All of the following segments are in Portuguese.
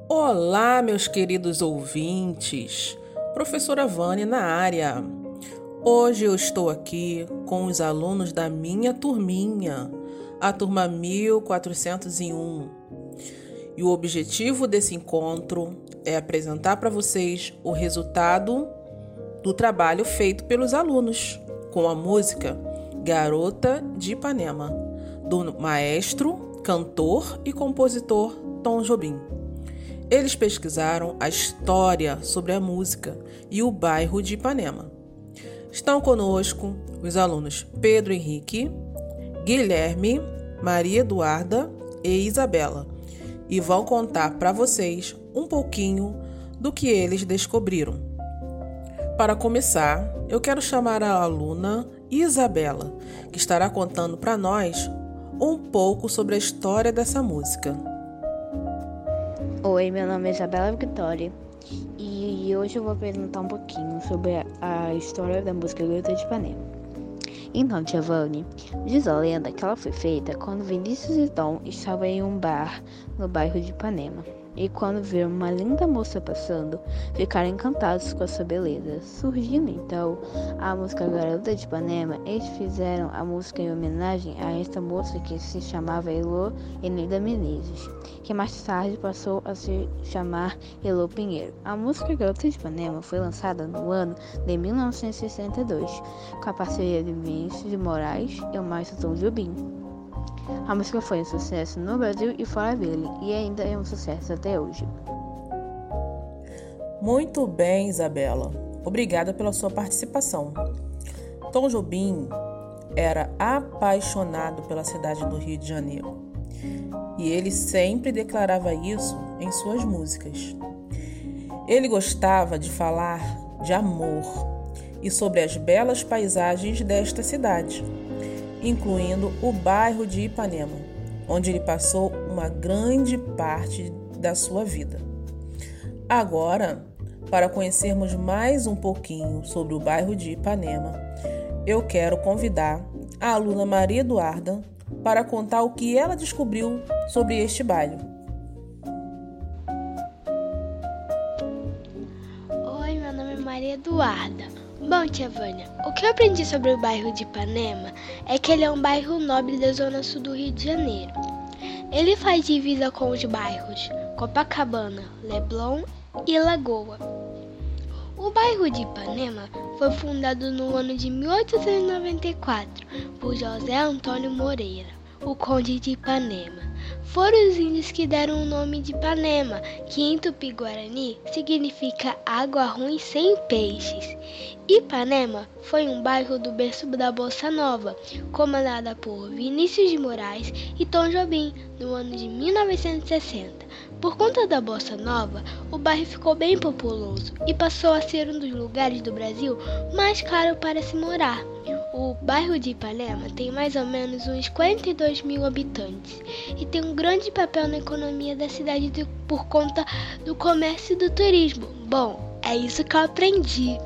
Olá, meus queridos ouvintes. Professora Vânia na área. Hoje eu estou aqui com os alunos da minha turminha, a turma 1401. E o objetivo desse encontro é apresentar para vocês o resultado do trabalho feito pelos alunos com a música Garota de Ipanema, do maestro, cantor e compositor Tom Jobim. Eles pesquisaram a história sobre a música e o bairro de Ipanema. Estão conosco os alunos Pedro Henrique, Guilherme, Maria Eduarda e Isabela e vão contar para vocês um pouquinho do que eles descobriram. Para começar, eu quero chamar a aluna Isabela, que estará contando para nós um pouco sobre a história dessa música. Oi, meu nome é Isabela Vitória e hoje eu vou apresentar um pouquinho sobre a história da música Garota de Ipanema. Então, tia Vânia, diz a lenda que ela foi feita quando Vinícius e Tom estavam em um bar no bairro de Ipanema. E quando viram uma linda moça passando, ficaram encantados com a sua beleza. Surgindo então a música Garota de Ipanema, eles fizeram a música em homenagem a esta moça que se chamava Elô Enida Menezes, que mais tarde passou a se chamar Elô Pinheiro. A música Garota de Ipanema foi lançada no ano de 1962, com a parceria de Vinícius de Moraes e o maestro Tom Jobim. A música foi um sucesso no Brasil e fora dele, e ainda é um sucesso até hoje. Muito bem, Isabela. Obrigada pela sua participação. Tom Jobim era apaixonado pela cidade do Rio de Janeiro. E ele sempre declarava isso em suas músicas. Ele gostava de falar de amor e sobre as belas paisagens desta cidade, incluindo o bairro de Ipanema, onde ele passou uma grande parte da sua vida. Agora, para conhecermos mais um pouquinho sobre o bairro de Ipanema, eu quero convidar a aluna Maria Eduarda para contar o que ela descobriu sobre este bairro. Oi, meu nome é Maria Eduarda. Bom, tia Vânia, o que eu aprendi sobre o bairro de Ipanema é que ele é um bairro nobre da zona sul do Rio de Janeiro. Ele faz divisa com os bairros Copacabana, Leblon e Lagoa. O bairro de Ipanema foi fundado no ano de 1894 por José Antônio Moreira, o Conde de Ipanema. Foram os índios que deram o nome de Ipanema, que em Tupi-Guarani significa água ruim sem peixes. Ipanema foi um bairro do berço da Bossa Nova, comandada por Vinícius de Moraes e Tom Jobim, no ano de 1960. Por conta da Bossa Nova, o bairro ficou bem populoso e passou a ser um dos lugares do Brasil mais caro para se morar. O bairro de Ipanema tem mais ou menos uns 42 mil habitantes e tem um grande papel na economia da cidade por conta do comércio e do turismo. Bom, é isso que eu aprendi.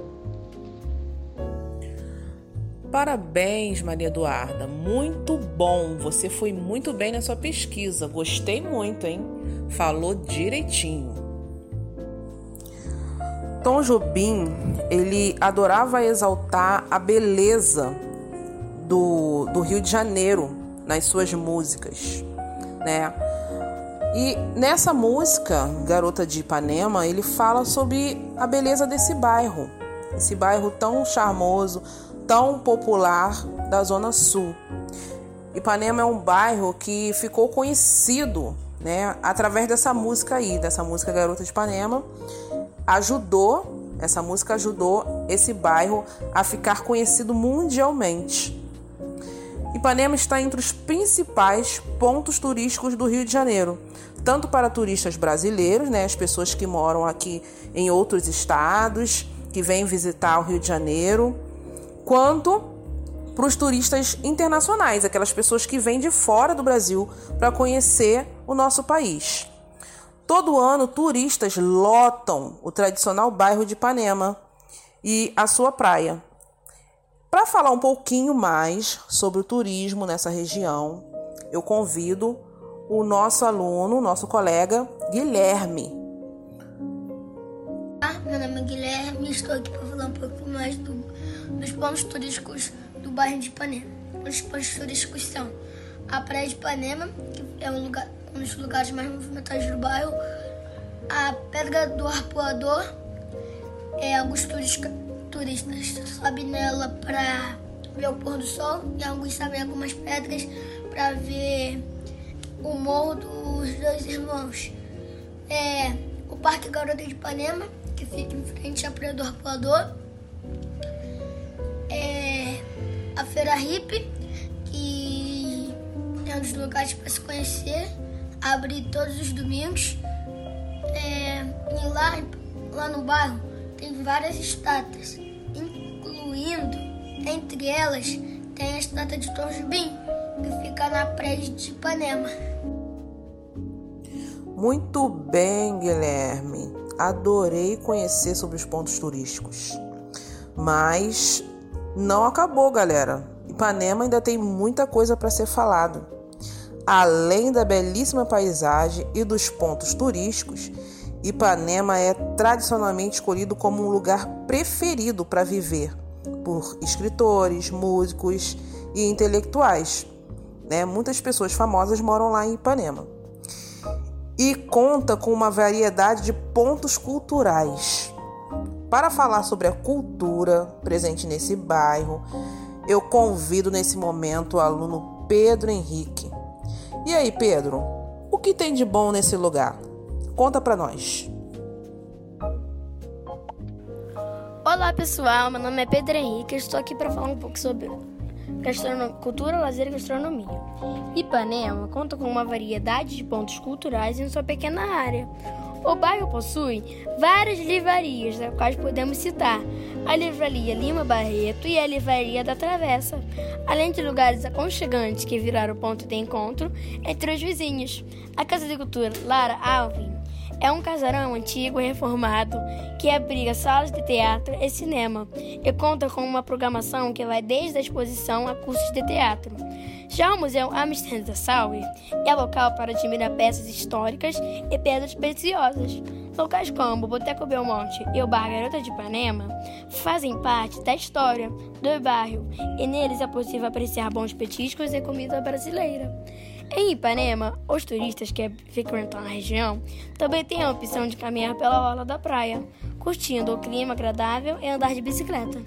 Parabéns, Maria Eduarda. Muito bom. Você foi muito bem na sua pesquisa. Gostei muito, hein? Falou direitinho. Tom Jobim, ele adorava exaltar a beleza do Rio de Janeiro nas suas músicas, né? E nessa música, Garota de Ipanema, ele fala sobre a beleza desse bairro, esse bairro tão charmoso, tão popular da Zona Sul. Ipanema é um bairro que ficou conhecido, né, através dessa música aí, dessa música Garota de Ipanema. Essa música ajudou esse bairro a ficar conhecido mundialmente. Ipanema está entre os principais pontos turísticos do Rio de Janeiro, tanto para turistas brasileiros, né, as pessoas que moram aqui em outros estados, que vêm visitar o Rio de Janeiro, quanto para os turistas internacionais, aquelas pessoas que vêm de fora do Brasil para conhecer o nosso país. Todo ano, turistas lotam o tradicional bairro de Ipanema e a sua praia. Para falar um pouquinho mais sobre o turismo nessa região, eu convido o nosso aluno, nosso colega Guilherme. Meu nome é Guilherme e estou aqui para falar um pouco mais dos pontos turísticos do bairro de Ipanema. Os pontos turísticos são a Praia de Ipanema, que é um dos lugares mais movimentados do bairro, a Pedra do Arpoador, alguns turistas sobem nela para ver o pôr do sol e alguns sabem algumas pedras para ver o Morro dos Dois Irmãos. O Parque Garota de Ipanema, que fica em frente à Praia do Arpoador. A Feira Hippie, que é um dos lugares para se conhecer, abre todos os domingos. E lá no bairro tem várias estátuas, incluindo, entre elas, tem a estátua de Tom Jobim, que fica na Praia de Ipanema. Muito bem, Guilherme. Adorei conhecer sobre os pontos turísticos. Mas não acabou, galera. Ipanema ainda tem muita coisa para ser falado. Além da belíssima paisagem e dos pontos turísticos, Ipanema é tradicionalmente escolhido como um lugar preferido para viver por escritores, músicos e intelectuais. Muitas pessoas famosas moram lá em Ipanema. E conta com uma variedade de pontos culturais. Para falar sobre a cultura presente nesse bairro, eu convido nesse momento o aluno Pedro Henrique. E aí, Pedro, o que tem de bom nesse lugar? Conta para nós. Olá, pessoal. Meu nome é Pedro Henrique. Estou aqui para falar um pouco sobre cultura, lazer e gastronomia. Ipanema conta com uma variedade de pontos culturais em sua pequena área. O bairro possui várias livrarias, das quais podemos citar a Livraria Lima Barreto e a Livraria da Travessa, além de lugares aconchegantes que viraram ponto de encontro entre os vizinhos. A Casa de Cultura Lara Alvim é um casarão antigo e reformado que abriga salas de teatro e cinema e conta com uma programação que vai desde a exposição a cursos de teatro. Já o Museu Amsterdã da Sauer é local para admirar peças históricas e pedras preciosas. Locais como o Boteco Belmonte e o Bar Garota de Ipanema fazem parte da história do bairro e neles é possível apreciar bons petiscos e comida brasileira. Em Ipanema, os turistas que frequentam a região também têm a opção de caminhar pela orla da praia, curtindo o clima agradável e andar de bicicleta.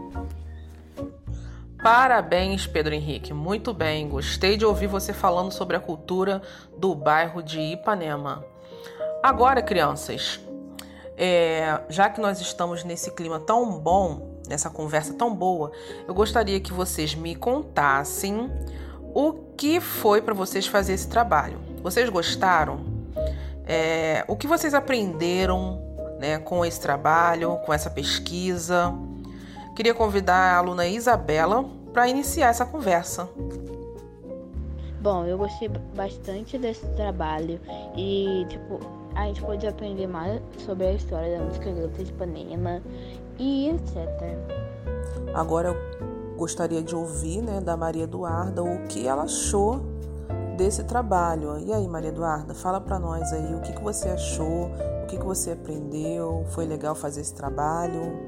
Parabéns, Pedro Henrique. Muito bem. Gostei de ouvir você falando sobre a cultura do bairro de Ipanema. Agora, crianças, já que nós estamos nesse clima tão bom, nessa conversa tão boa, eu gostaria que vocês me contassem o que foi para vocês fazer esse trabalho. Vocês gostaram? O que vocês aprenderam, com esse trabalho, com essa pesquisa? Queria convidar a aluna Isabela para iniciar essa conversa. Bom, eu gostei bastante desse trabalho e, a gente pôde aprender mais sobre a história da música Garota de Ipanema e etc. Agora eu gostaria de ouvir, da Maria Eduarda o que ela achou desse trabalho. E aí, Maria Eduarda, fala para nós aí o que você achou, o que você aprendeu, foi legal fazer esse trabalho?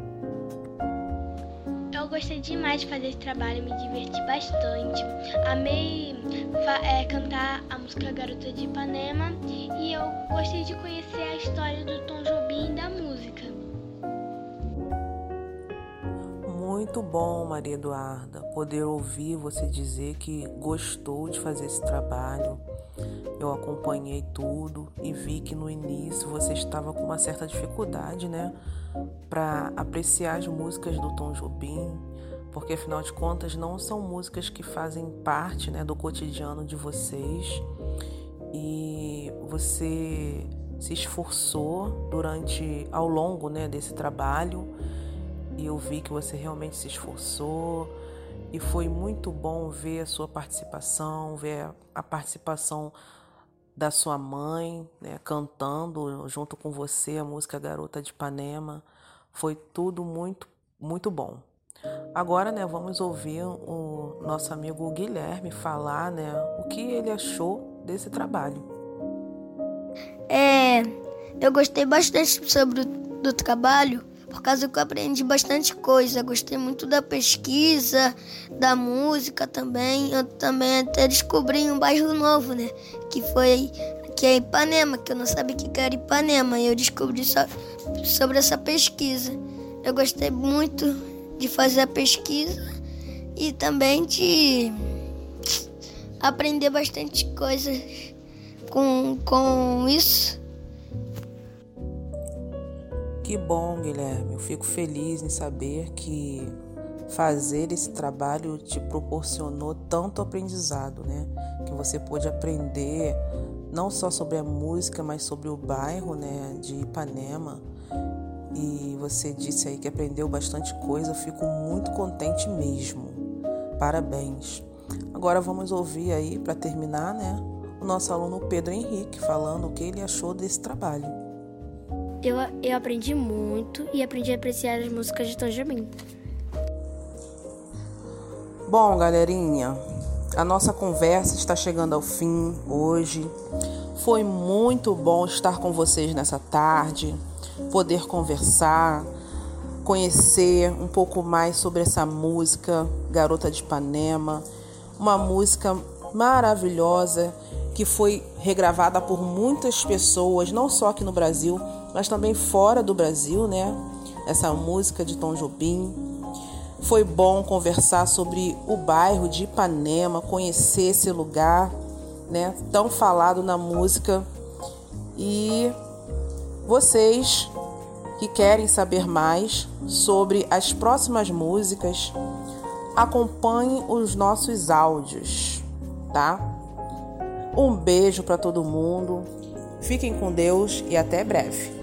Eu gostei demais de fazer esse trabalho, me diverti bastante. Amei cantar a música Garota de Ipanema e eu gostei de conhecer a história do Tom Jobim e da música. Muito bom, Maria Eduarda, poder ouvir você dizer que gostou de fazer esse trabalho. Eu acompanhei tudo e vi que no início você estava com uma certa dificuldade, para apreciar as músicas do Tom Jobim, porque afinal de contas não são músicas que fazem parte, do cotidiano de vocês, e você se esforçou ao longo, desse trabalho, e eu vi que você realmente se esforçou, e foi muito bom ver a sua participação, ver a participação da sua mãe, cantando junto com você a música Garota de Ipanema. Foi tudo muito, muito bom. Agora, vamos ouvir o nosso amigo Guilherme falar, o que ele achou desse trabalho. Eu gostei bastante do trabalho, por causa que eu aprendi bastante coisa. Gostei muito da pesquisa, da música também. Eu também até descobri um bairro novo, né? Que é Ipanema, que eu não sabia que era Ipanema. E eu descobri sobre essa pesquisa. Eu gostei muito de fazer a pesquisa e também de aprender bastante coisas com isso. Que bom, Guilherme. Eu fico feliz em saber que fazer esse trabalho te proporcionou tanto aprendizado, né? Que você pôde aprender não só sobre a música, mas sobre o bairro, né, de Ipanema. E você disse aí que aprendeu bastante coisa. Eu fico muito contente mesmo. Parabéns. Agora vamos ouvir aí, para terminar, né, o nosso aluno Pedro Henrique falando o que ele achou desse trabalho. Eu aprendi muito e aprendi a apreciar as músicas de Tom Jobim. Bom, galerinha, a nossa conversa está chegando ao fim hoje. Foi muito bom estar com vocês nessa tarde, poder conversar, conhecer um pouco mais sobre essa música, Garota de Ipanema, uma música maravilhosa que foi regravada por muitas pessoas, não só aqui no Brasil, mas também fora do Brasil, né? Essa música de Tom Jobim. Foi bom conversar sobre o bairro de Ipanema, conhecer esse lugar, né, tão falado na música. E vocês que querem saber mais sobre as próximas músicas, acompanhem os nossos áudios, tá? Um beijo para todo mundo. Fiquem com Deus e até breve.